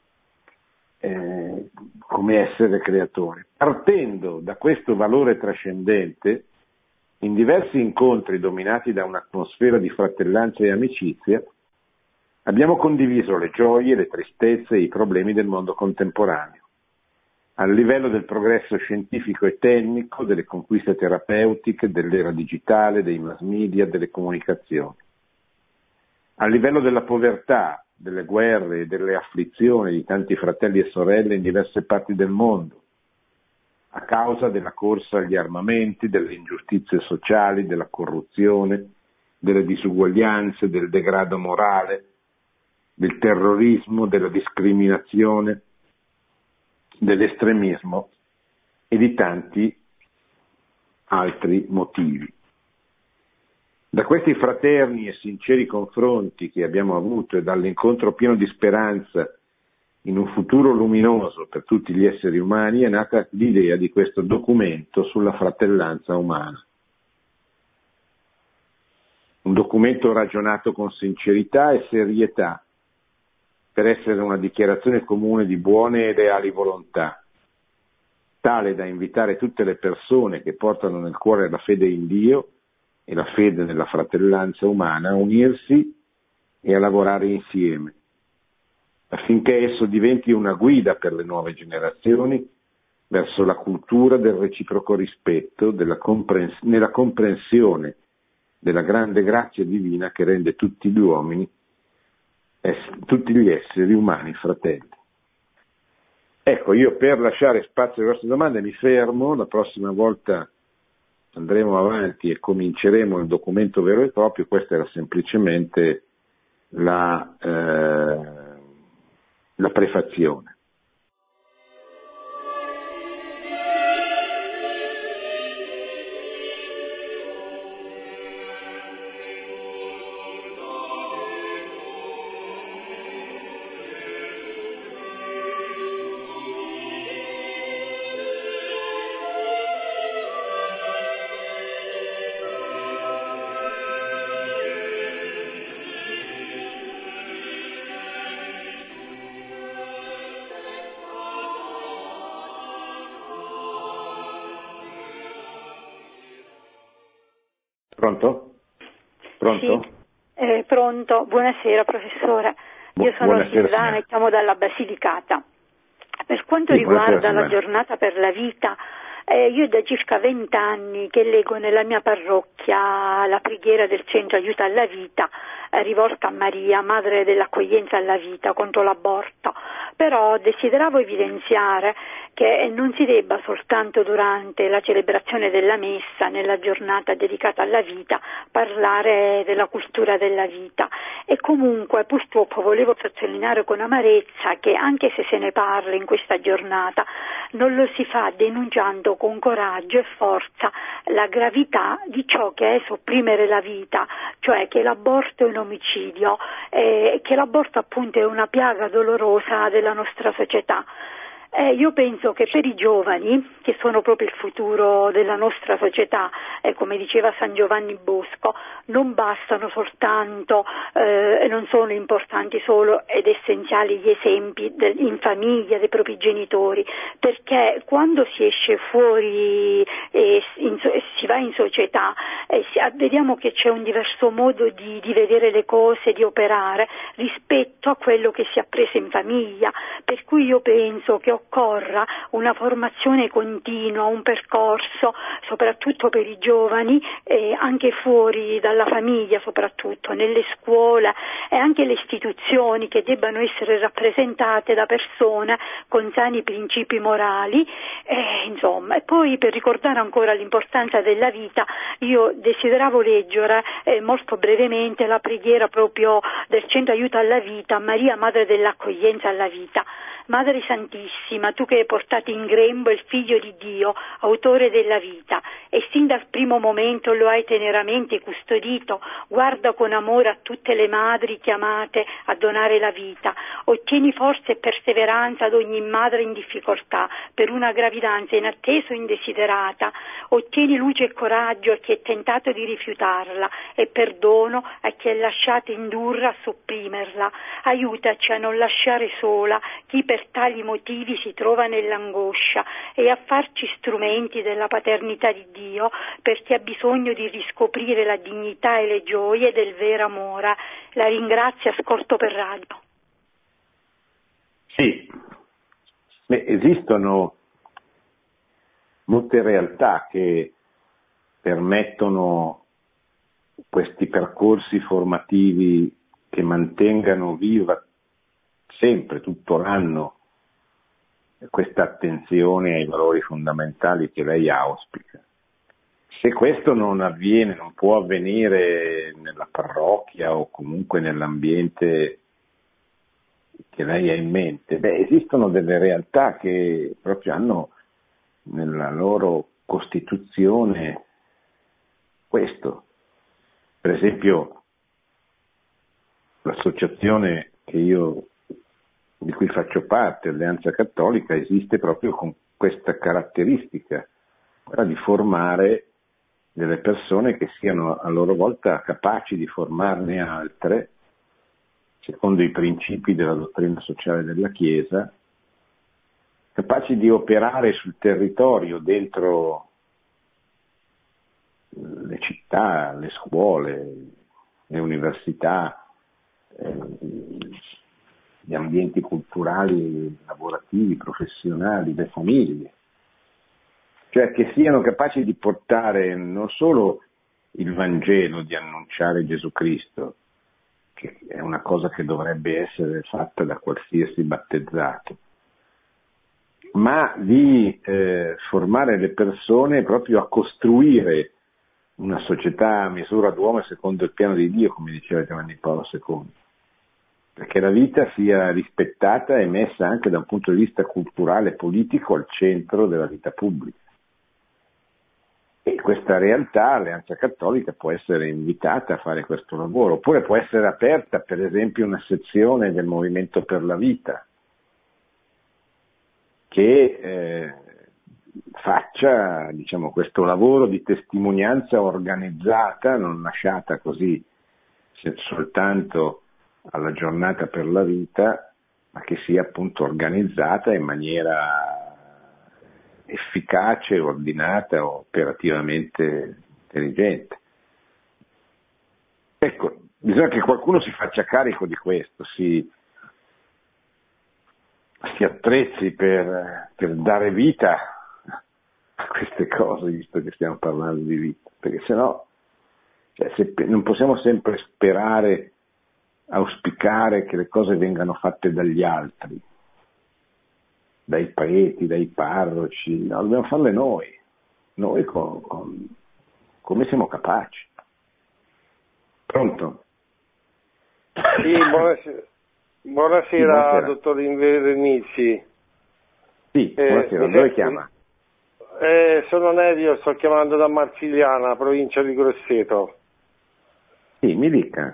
come essere creatore. Partendo da questo valore trascendente, in diversi incontri dominati da un'atmosfera di fratellanza e amicizia, abbiamo condiviso le gioie, le tristezze e i problemi del mondo contemporaneo, al livello del progresso scientifico e tecnico, delle conquiste terapeutiche, dell'era digitale, dei mass media, delle comunicazioni, a livello della povertà, delle guerre e delle afflizioni di tanti fratelli e sorelle in diverse parti del mondo, a causa della corsa agli armamenti, delle ingiustizie sociali, della corruzione, delle disuguaglianze, del degrado morale, del terrorismo, della discriminazione, dell'estremismo e di tanti altri motivi. Da questi fraterni e sinceri confronti che abbiamo avuto e dall'incontro pieno di speranza in un futuro luminoso per tutti gli esseri umani è nata l'idea di questo documento sulla fratellanza umana. Un documento ragionato con sincerità e serietà per essere una dichiarazione comune di buone e leali volontà, tale da invitare tutte le persone che portano nel cuore la fede in Dio e la fede nella fratellanza umana a unirsi e a lavorare insieme, affinché esso diventi una guida per le nuove generazioni verso la cultura del reciproco rispetto, nella comprensione della grande grazia divina che rende tutti gli uomini, tutti gli esseri umani fratelli. Ecco, io per lasciare spazio alle vostre domande mi fermo, la prossima volta andremo avanti e cominceremo il documento vero e proprio. Questa era semplicemente la prefazione. Pronto? Pronto? Sì, pronto. Buonasera professore. Io sono Buonasera, Silvana e chiamo dalla Basilicata. Per quanto riguarda la giornata per la vita, io da circa 20 anni che leggo nella mia parrocchia la preghiera del Centro Aiuto alla Vita rivolta a Maria, Madre dell'Accoglienza alla Vita, contro l'aborto. Però desideravo evidenziare che non si debba soltanto durante la celebrazione della messa, nella giornata dedicata alla vita, parlare della cultura della vita. E comunque purtroppo volevo sottolineare con amarezza che anche se ne parla in questa giornata, non lo si fa denunciando con coraggio e forza la gravità di ciò che è sopprimere la vita, cioè che l'aborto è un omicidio, che l'aborto appunto è una piaga dolorosa della nostra società. Io penso che per i giovani, che sono proprio il futuro della nostra società, come diceva San Giovanni Bosco, non bastano soltanto, non sono importanti solo ed essenziali gli esempi in famiglia dei propri genitori, perché quando si esce fuori e si va in società, vediamo che c'è un diverso modo di vedere le cose, di operare rispetto a quello che si è appreso in famiglia, per cui io penso che occorra una formazione continua, un percorso soprattutto per i giovani, anche fuori dalla famiglia, soprattutto nelle scuole e anche le istituzioni, che debbano essere rappresentate da persone con sani principi morali, insomma. E poi, per ricordare ancora l'importanza della vita, io desideravo leggere molto brevemente la preghiera proprio del Centro Aiuto alla Vita, Maria Madre dell'Accoglienza alla Vita. Madre Santissima, tu che hai portato in grembo il Figlio di Dio, autore della vita, e sin dal primo momento lo hai teneramente custodito, guarda con amore a tutte le madri chiamate a donare la vita, ottieni forza e perseveranza ad ogni madre in difficoltà per una gravidanza inattesa o indesiderata, ottieni luce e coraggio a chi è tentato di rifiutarla e perdono a chi è lasciato indurre a sopprimerla, aiutaci a non lasciare sola chi per tali motivi si trova nell'angoscia e a farci strumenti della paternità di Dio per chi ha bisogno di riscoprire la dignità e le gioie del vero amore. La ringrazio, ascolto per radio. Sì, esistono molte realtà che permettono questi percorsi formativi che mantengano viva sempre, tutto l'anno, questa attenzione ai valori fondamentali che lei auspica. Se questo non avviene, non può avvenire nella parrocchia o comunque nell'ambiente che lei ha in mente, esistono delle realtà che proprio hanno nella loro costituzione questo. Per esempio, l'associazione di cui faccio parte, Alleanza Cattolica, esiste proprio con questa caratteristica, quella di formare delle persone che siano a loro volta capaci di formarne altre, secondo i principi della dottrina sociale della Chiesa, capaci di operare sul territorio, dentro le città, le scuole, le università, gli ambienti culturali, lavorativi, professionali, le famiglie, cioè che siano capaci di portare non solo il Vangelo, di annunciare Gesù Cristo, che è una cosa che dovrebbe essere fatta da qualsiasi battezzato, ma di formare le persone proprio a costruire una società a misura d'uomo secondo il piano di Dio, come diceva Giovanni Paolo II, perché la vita sia rispettata e messa anche da un punto di vista culturale e politico al centro della vita pubblica. E questa realtà, Alleanza Cattolica, può essere invitata a fare questo lavoro, oppure può essere aperta, per esempio, una sezione del Movimento per la Vita che faccia, questo lavoro di testimonianza organizzata, non lasciata così soltanto alla giornata per la vita, ma che sia appunto organizzata in maniera efficace, ordinata, operativamente intelligente. Ecco, bisogna che qualcuno si faccia carico di questo, si attrezzi per dare vita a queste cose, visto che stiamo parlando di vita, perché sennò non possiamo sempre sperare, auspicare che le cose vengano fatte dagli altri, dai preti, dai parroci, no, dobbiamo farle noi come siamo capaci. Pronto? Sì, buonasera. Dottor Invernizzi. Sì, buonasera, dove chiama? Sono Nevio, sto chiamando da Marsigliana, provincia di Grosseto. Sì, mi dica.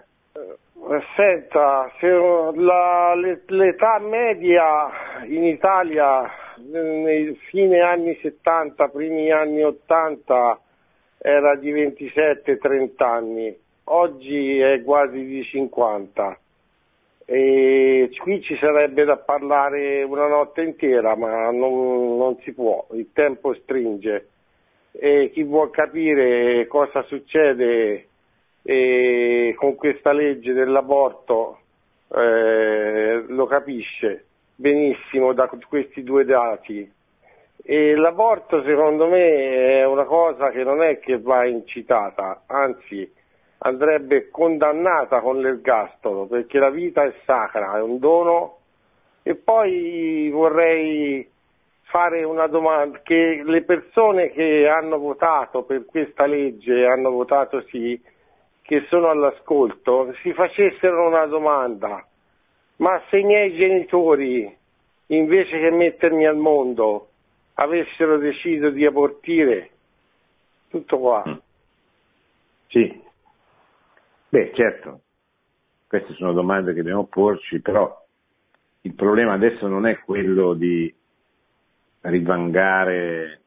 Senta, l'età media in Italia nei fine anni 70, primi anni 80 era di 27-30 anni, oggi è quasi di 50. E qui ci sarebbe da parlare una notte intera, ma non si può, il tempo stringe. E chi vuol capire cosa succede con questa legge dell'aborto lo capisce benissimo da questi due dati. E l'aborto secondo me è una cosa che non è che va incitata, anzi andrebbe condannata con l'ergastolo, perché la vita è sacra, è un dono. E poi vorrei fare una domanda, che le persone che hanno votato per questa legge, hanno votato sì, che sono all'ascolto, si facessero una domanda: ma se i miei genitori, invece che mettermi al mondo, avessero deciso di abortire? Tutto qua. Sì. Beh, certo, queste sono domande che dobbiamo porci, però il problema adesso non è quello di rivangare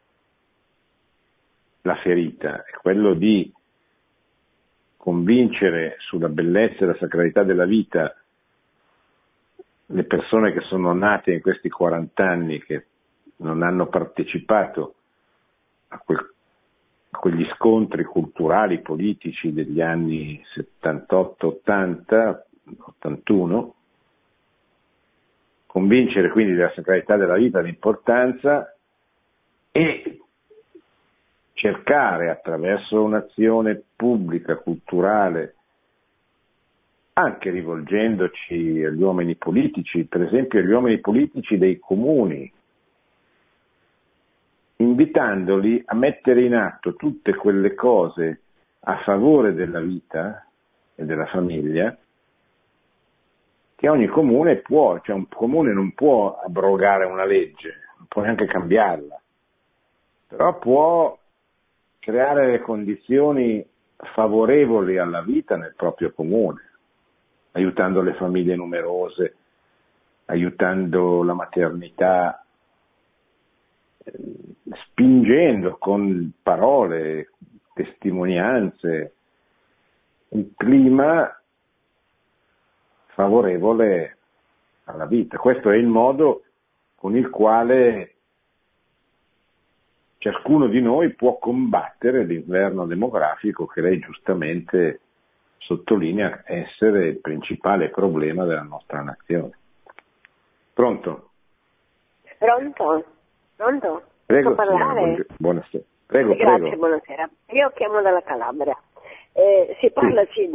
la ferita, è quello di convincere sulla bellezza e la sacralità della vita le persone che sono nate in questi 40 anni, che non hanno partecipato a quegli scontri culturali, politici degli anni 78, 80, 81, convincere quindi della sacralità della vita, l'importanza, e cercare attraverso un'azione pubblica, culturale, anche rivolgendoci agli uomini politici, per esempio agli uomini politici dei comuni, invitandoli a mettere in atto tutte quelle cose a favore della vita e della famiglia che ogni comune può, cioè un comune non può abrogare una legge, non può neanche cambiarla, però può creare le condizioni favorevoli alla vita nel proprio comune, aiutando le famiglie numerose, aiutando la maternità, spingendo con parole, testimonianze, un clima favorevole alla vita. Questo è il modo con il quale ciascuno di noi può combattere l'inverno demografico che lei giustamente sottolinea essere il principale problema della nostra nazione. Pronto? Pronto? Pronto? Prego, posso parlare? Signora, buonasera. Prego, Grazie, prego. buonasera. Io chiamo dalla Calabria. Si parla sì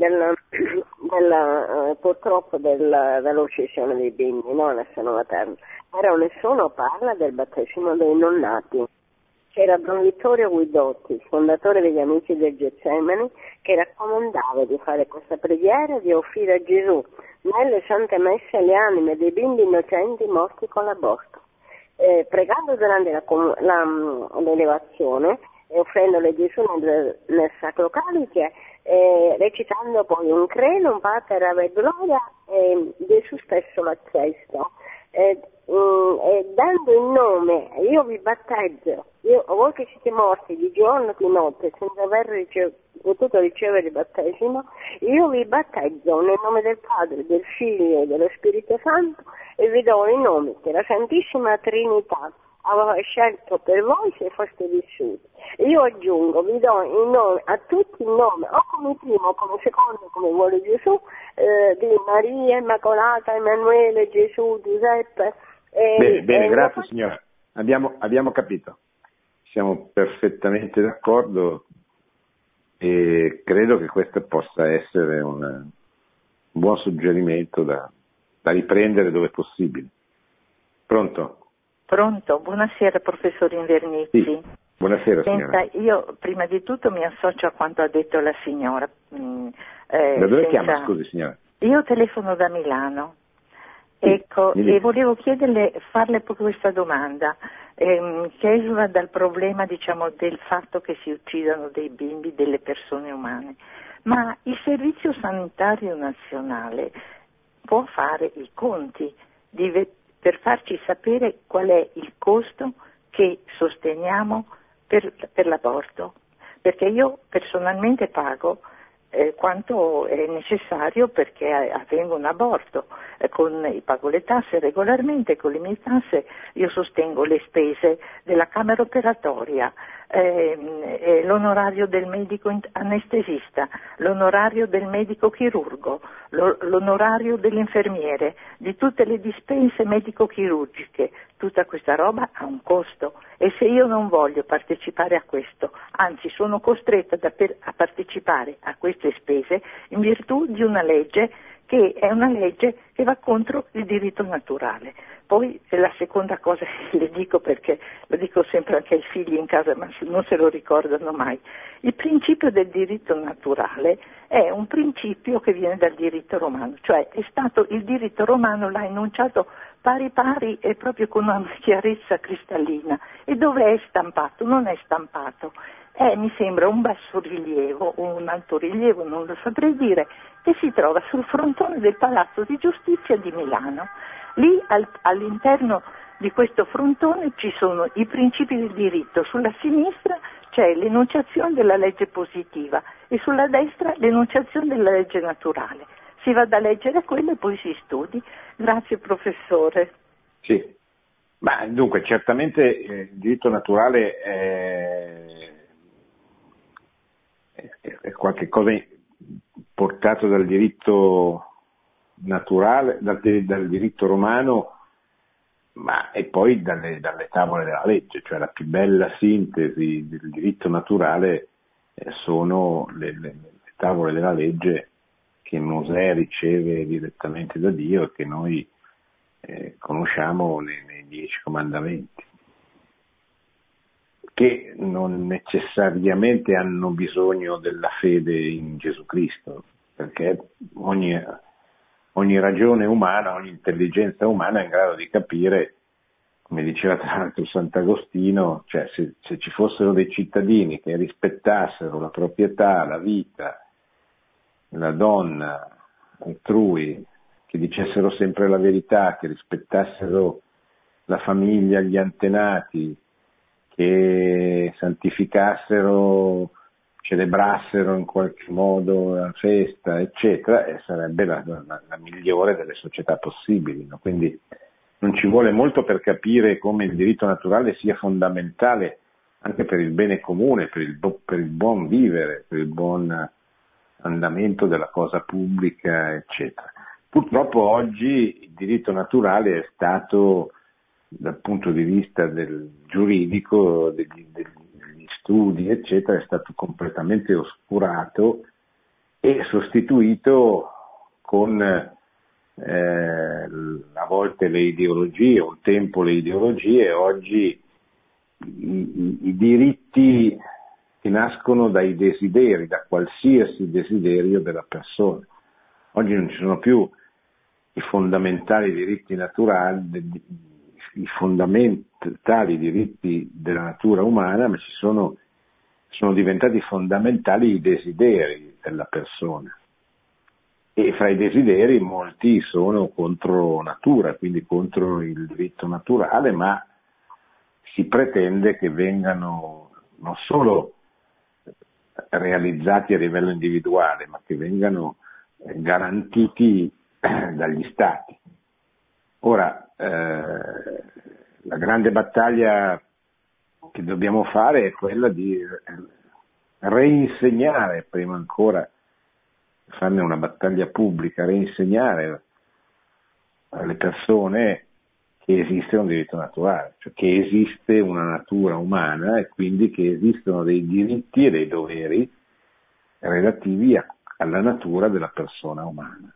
purtroppo dell'uccisione dei bimbi, no? Nel seno materno. Però nessuno parla del battesimo dei non nati. C'era Don Vittorio Guidotti, il fondatore degli Amici del Getsemani, che raccomandava di fare questa preghiera e di offrire a Gesù nelle sante messe le anime dei bimbi innocenti morti con l'aborto. Pregando durante l'elevazione e offrendole a Gesù nel Sacro Calice, recitando poi un credo, un Pater Ave Gloria, e Gesù stesso l'accesso. Dando il nome, io vi battezzo, voi che siete morti di giorno e di notte senza aver potuto ricevere il battesimo, io vi battezzo nel nome del Padre, del Figlio e dello Spirito Santo, e vi do i nomi che la Santissima Trinità aveva scelto per voi se foste vissuti. Io aggiungo, vi do il nome, a tutti il nome, o come primo o come secondo, come vuole Gesù, di Maria Immacolata, Emanuele, Gesù, Giuseppe. Bene, grazie signora. Abbiamo capito. Siamo perfettamente d'accordo e credo che questo possa essere un buon suggerimento da riprendere dove è possibile. Pronto? Pronto, buonasera professor Invernizzi. Sì, buonasera signora. Senta, io prima di tutto mi associo a quanto ha detto la signora. Da dove chiama, scusi signora? Io telefono da Milano. Sì, ecco, e volevo farle proprio questa domanda, che esula dal problema, diciamo, del fatto che si uccidano dei bimbi, delle persone umane. Ma il Servizio Sanitario Nazionale può fare i conti per farci sapere qual è il costo che sosteniamo per l'aborto, perché io personalmente pago quanto è necessario perché avvenga un aborto, pago le tasse regolarmente, con le mie tasse io sostengo le spese della camera operatoria, l'onorario del medico anestesista, l'onorario del medico chirurgo, l'onorario dell'infermiere, di tutte le dispense medico-chirurgiche. Tutta questa roba ha un costo e se io non voglio partecipare a questo, anzi sono costretta a partecipare a queste spese in virtù di una legge che è una legge che va contro il diritto naturale. Poi la seconda cosa che le dico, perché lo dico sempre anche ai figli in casa, ma non se lo ricordano mai, il principio del diritto naturale è un principio che viene dal diritto romano, cioè è stato il diritto romano, l'ha enunciato pari pari e proprio con una chiarezza cristallina. E dove è stampato? Non è stampato. Mi sembra un bassorilievo o un altorilievo, non lo saprei dire, che si trova sul frontone del Palazzo di Giustizia di Milano. Lì all'interno di questo frontone ci sono i principi del diritto, sulla sinistra c'è l'enunciazione della legge positiva e sulla destra l'enunciazione della legge naturale. Si va da leggere quello e poi si studi. Grazie professore. Sì, ma dunque certamente il diritto naturale è qualche cosa portato dal diritto naturale, dal diritto romano, ma e poi dalle tavole della legge, cioè la più bella sintesi del diritto naturale sono le tavole della legge che Mosè riceve direttamente da Dio e che noi conosciamo nei 10 comandamenti, che non necessariamente hanno bisogno della fede in Gesù Cristo, perché ogni ragione umana, ogni intelligenza umana è in grado di capire, come diceva tra l'altro Sant'Agostino, cioè se ci fossero dei cittadini che rispettassero la proprietà, la vita, la donna altrui, che dicessero sempre la verità, che rispettassero la famiglia, gli antenati, che santificassero, celebrassero in qualche modo la festa, eccetera, e sarebbe la migliore delle società possibili, no? Quindi non ci vuole molto per capire come il diritto naturale sia fondamentale anche per il bene comune, per il buon vivere, per il buon andamento della cosa pubblica, eccetera. Purtroppo oggi il diritto naturale è stato, dal punto di vista del giuridico, degli studi, eccetera, è stato completamente oscurato e sostituito con a volte le ideologie, un tempo le ideologie, oggi i diritti che nascono dai desideri, da qualsiasi desiderio della persona. Oggi non ci sono più i fondamentali diritti naturali, i fondamentali diritti della natura umana, ma sono diventati fondamentali i desideri della persona. E fra i desideri molti sono contro natura, quindi contro il diritto naturale, ma si pretende che vengano non solo realizzati a livello individuale, ma che vengano garantiti dagli Stati. Ora, la grande battaglia che dobbiamo fare è quella di reinsegnare, prima ancora farne una battaglia pubblica, reinsegnare alle persone che esiste un diritto naturale, cioè che esiste una natura umana e quindi che esistono dei diritti e dei doveri relativi alla natura della persona umana.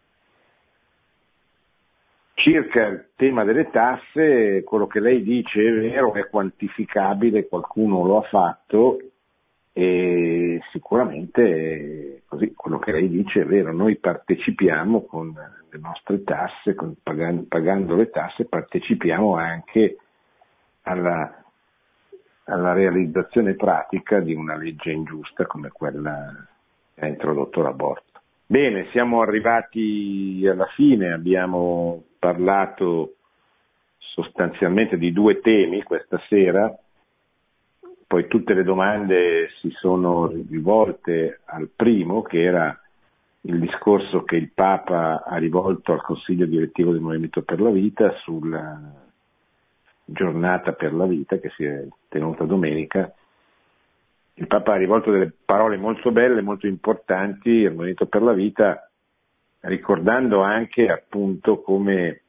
Circa il tema delle tasse, quello che lei dice è vero, è quantificabile, qualcuno lo ha fatto e sicuramente così quello che lei dice è vero, noi partecipiamo con le nostre tasse, pagando le tasse, partecipiamo anche alla realizzazione pratica di una legge ingiusta come quella che ha introdotto l'aborto. Bene, siamo arrivati alla fine, abbiamo parlato sostanzialmente di due temi questa sera, poi tutte le domande si sono rivolte al primo, che era il discorso che il Papa ha rivolto al Consiglio direttivo del Movimento per la Vita sulla giornata per la vita che si è tenuta domenica. Il Papa ha rivolto delle parole molto belle, molto importanti al Movimento per la Vita, ricordando anche appunto come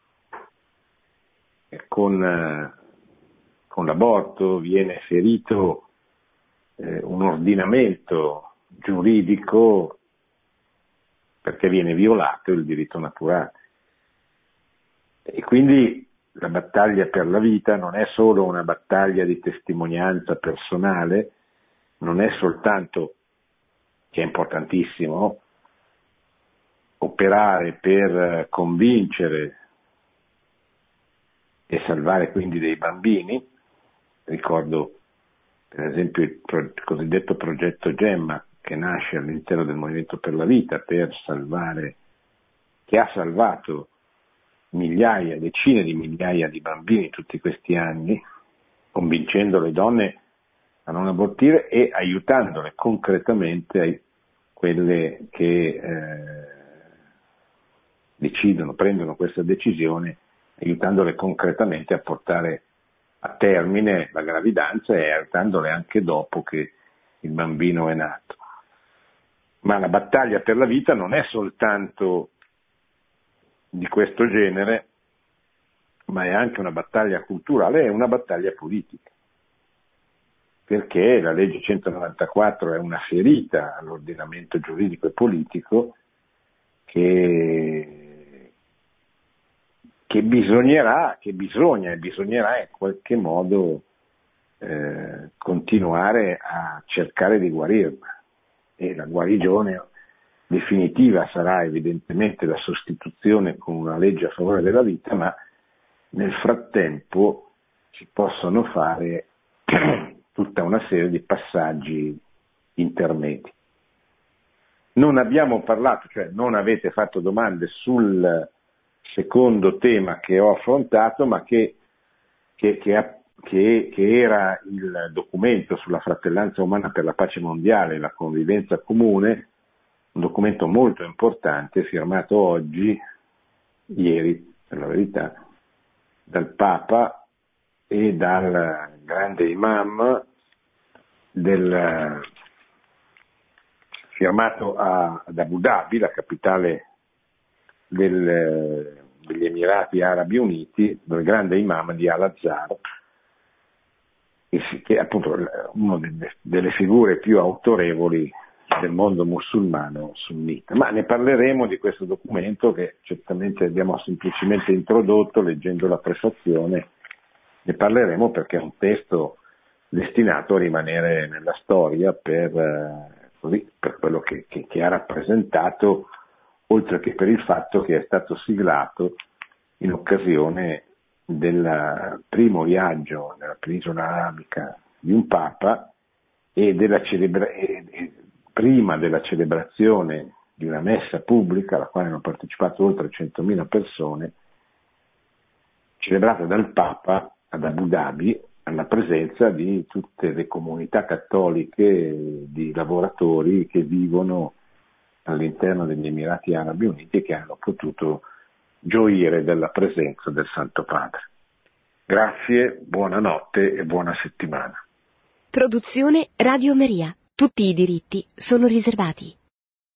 con l'aborto viene ferito un ordinamento giuridico perché viene violato il diritto naturale. E quindi la battaglia per la vita non è solo una battaglia di testimonianza personale, non è soltanto, che è importantissimo, operare per convincere e salvare quindi dei bambini. Ricordo per esempio il cosiddetto progetto Gemma, che nasce all'interno del Movimento per la Vita per salvare, che ha salvato migliaia, decine di migliaia di bambini tutti questi anni, convincendo le donne a non abortire e aiutandole concretamente, quelle che decidono, prendono questa decisione, aiutandole concretamente a portare a termine la gravidanza e aiutandole anche dopo che il bambino è nato. Ma la battaglia per la vita non è soltanto di questo genere, ma è anche una battaglia culturale e una battaglia politica, perché la legge 194 è una ferita all'ordinamento giuridico e politico che bisognerà in qualche modo continuare a cercare di guarirla. E la guarigione definitiva sarà evidentemente la sostituzione con una legge a favore della vita, ma nel frattempo si possono fare tutta una serie di passaggi intermedi. Non abbiamo parlato, cioè non avete fatto domande sul secondo tema che ho affrontato, ma che era il documento sulla fratellanza umana per la pace mondiale e la convivenza comune, un documento molto importante firmato ieri per la verità, dal Papa e dal grande imam firmato ad Abu Dhabi, la capitale degli Emirati Arabi Uniti, dal grande imam di Al-Azhar, che è appunto una delle figure più autorevoli del mondo musulmano sunnita. Ma ne parleremo di questo documento che certamente abbiamo semplicemente introdotto leggendo la prefazione. Ne parleremo perché è un testo destinato a rimanere nella storia per quello che ha rappresentato, oltre che per il fatto che è stato siglato in occasione del primo viaggio nella penisola arabica di un Papa e prima della celebrazione di una messa pubblica alla quale hanno partecipato oltre 100.000 persone, celebrata dal Papa ad Abu Dhabi alla presenza di tutte le comunità cattoliche di lavoratori che vivono all'interno degli Emirati Arabi Uniti e che hanno potuto gioire della presenza del Santo Padre. Grazie, buonanotte e buona settimana. Produzione Radio Maria. Tutti i diritti sono riservati.